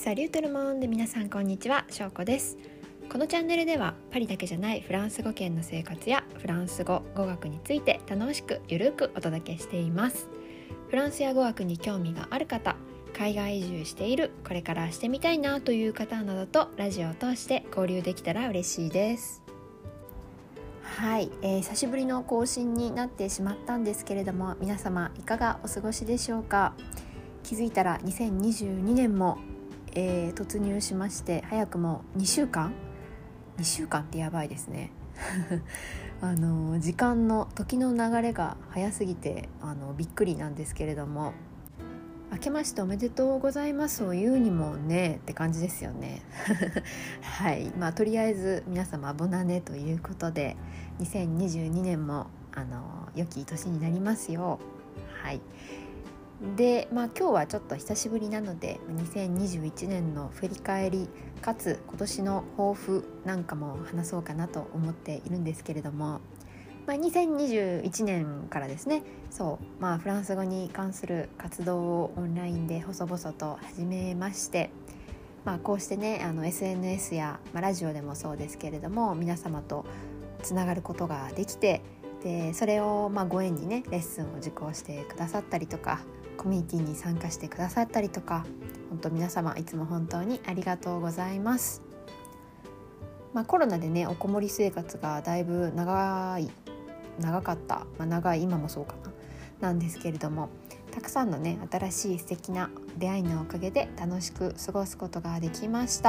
サリュートルモンで皆さんこんにちは、しょうこです。このチャンネルではパリだけじゃないフランス語圏の生活やフランス語、語学について楽しくゆるくお届けしています。フランスや語学に興味がある方、海外移住している、これからしてみたいなという方などとラジオを通して交流できたら嬉しいです。はい、久しぶりの更新になってしまったんですけれども、皆様いかがお過ごしでしょうか。気づいたら2022年も、突入しまして、早くも2週間ってやばいですね時間の時の流れが早すぎてびっくりなんですけれども、明けましておめでとうございますを言うにもねって感じですよねはい、とりあえず皆様ボナネということで、2022年も良き年になりますよ。はい。で、今日はちょっと久しぶりなので2021年の振り返りかつ今年の抱負なんかも話そうかなと思っているんですけれども、2021年からですね、フランス語に関する活動をオンラインで細々と始めまして、こうしてねSNS や、ラジオでもそうですけれども皆様とつながることができて、でそれをご縁にねレッスンを受講してくださったりとか、コミュニティに参加してくださったりとか、本当皆様いつも本当にありがとうございます。コロナでねおこもり生活がだいぶ長かった、長い今もそうかなんですけれども、たくさんのね新しい素敵な出会いのおかげで楽しく過ごすことができました。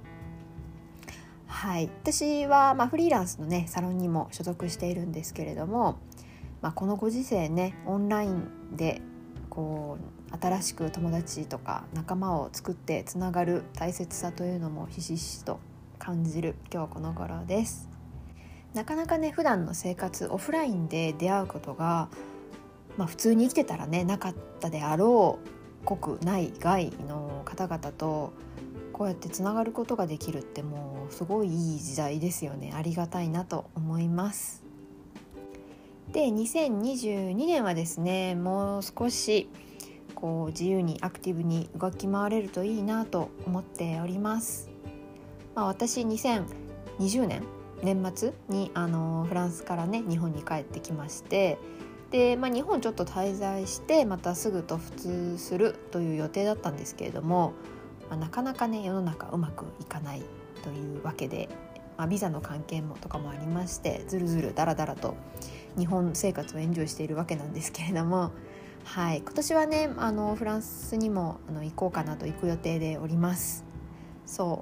はい、私は、フリーランスのねサロンにも所属しているんですけれども、このご時世ねオンラインで新しく友達とか仲間を作ってつながる大切さというのもひしひしと感じる今日この頃です。なかなかね普段の生活オフラインで出会うことが、普通に生きてたらねなかったであろう国内外の方々とこうやってつながることができるってもうすごいいい時代ですよね。ありがたいなと思います。で2022年はですね、もう少し自由にアクティブに動き回れるといいなと思っております。私2020年年末にフランスからね日本に帰ってきまして、で、日本ちょっと滞在してまたすぐ突出するという予定だったんですけれども、なかなかね世の中うまくいかないというわけで、ビザの関係とかもありまして、ずるずるだらだらと日本生活をエンジョイしているわけなんですけれども、はい、今年はねフランスにも行こうかなと行く予定でおります。そう、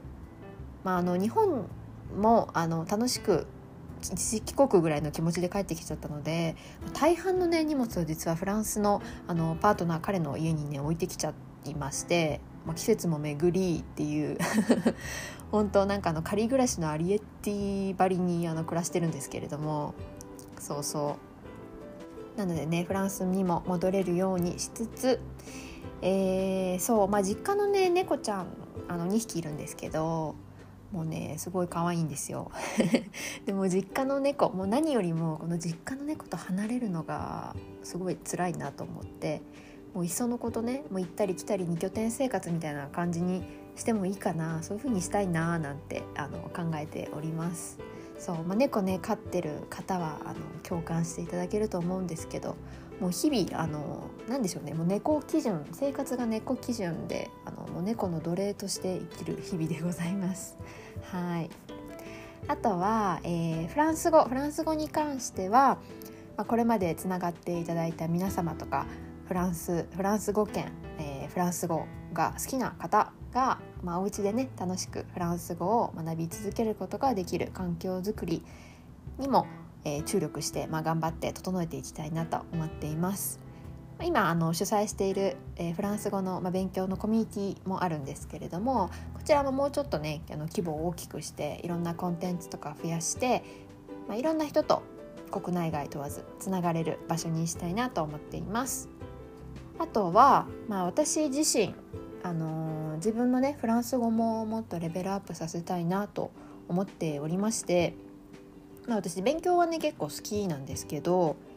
日本も楽しく一時帰国ぐらいの気持ちで帰ってきちゃったので、大半のね荷物を実はフランスのパートナー彼の家にね置いてきちゃいまして、季節も巡りっていう本当なんか仮暮らしのアリエッティばりに暮らしてるんですけれども、なのでねフランスにも戻れるようにしつつ、実家のね猫ちゃん2匹いるんですけど、もうねすごい可愛いんですよでも実家の猫、もう何よりもこの実家の猫と離れるのがすごい辛いなと思って、もういっそのことねもう行ったり来たり2拠点生活みたいな感じにしてもいいかな、そういう風にしたいななんて考えております。猫ね飼ってる方は共感していただけると思うんですけど、もう日々なんでしょうね、もう猫基準、生活が猫基準でもう猫の奴隷として生きる日々でございます。はい。あとは、フランス語に関しては、これまでつながっていただいた皆様とかフランス語圏、フランス語が好きな方が、お家でね楽しくフランス語を学び続けることができる環境づくりにも、注力して、頑張って整えていきたいなと思っています。今主催している、フランス語の、勉強のコミュニティもあるんですけれども、こちらももうちょっとね規模を大きくしていろんなコンテンツとか増やして、いろんな人と国内外問わずつながれる場所にしたいなと思っています。あとは、私自身自分のねフランス語ももっとレベルアップさせたいなと思っておりまして、私勉強はね結構好きなんですけど、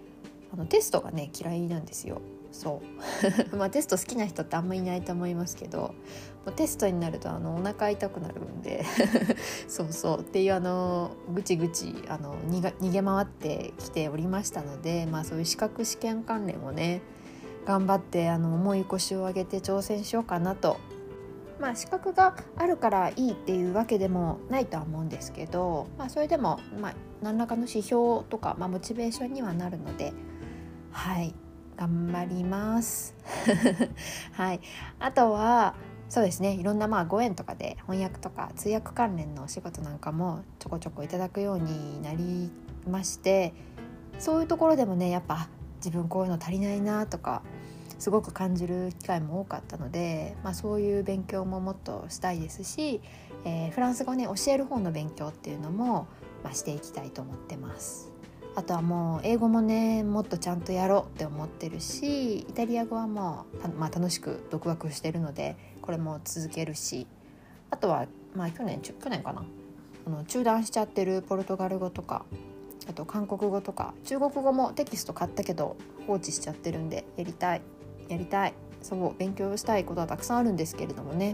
テストがね嫌いなんですよ。そうまあテスト好きな人ってあんまりいないと思いますけど、テストになるとお腹痛くなるんでそうっていうぐちぐち逃げ回ってきておりましたので、そういう資格試験関連をね頑張って重い腰を上げて挑戦しようかなと。資格があるからいいっていうわけでもないとは思うんですけど、それでも、何らかの指標とか、モチベーションにはなるので、はい頑張りますはい、あとはそうですね、いろんなご縁とかで翻訳とか通訳関連のお仕事なんかもちょこちょこいただくようになりまして、そういうところでもねやっぱ自分こういうの足りないなとかすごく感じる機会も多かったので、そういう勉強ももっとしたいですし、フランス語ね教える方の勉強っていうのも、していきたいと思ってます。あとはもう英語もねもっとちゃんとやろうって思ってるし、イタリア語はもう、楽しく独学してるのでこれも続けるし、あとは去年かな中断しちゃってるポルトガル語とか、あと韓国語とか中国語もテキスト買ったけど放置しちゃってるんでやりたい。そう勉強したいことはたくさんあるんですけれどもね、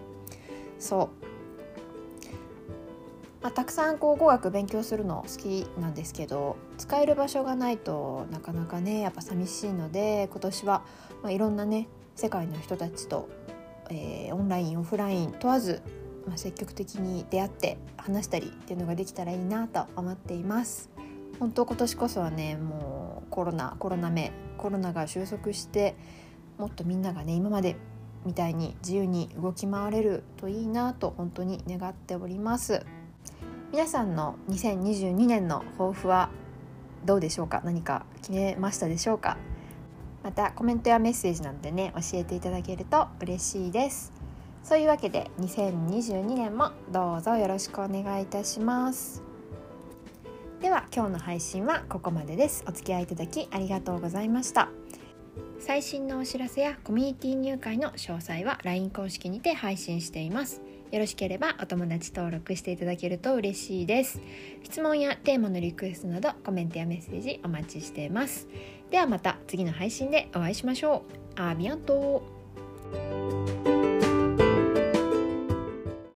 たくさん語学勉強するの好きなんですけど、使える場所がないとなかなかねやっぱ寂しいので、今年はいろんなね世界の人たちと、オンラインオフライン問わず、積極的に出会って話したりっていうのができたらいいなと思っています。本当今年こそはねもうコロナが収束してもっとみんながね今までみたいに自由に動き回れるといいなと本当に願っております。皆さんの2022年の抱負はどうでしょうか。何か決めましたでしょうか。またコメントやメッセージなどでね教えていただけると嬉しいです。そういうわけで2022年もどうぞよろしくお願いいたします。では今日の配信はここまでです。お付き合いいただきありがとうございました。最新のお知らせやコミュニティ入会の詳細は LINE 公式にて配信しています。よろしければお友達登録していただけると嬉しいです。質問やテーマのリクエストなどコメントやメッセージお待ちしています。ではまた次の配信でお会いしましょう。アビアント。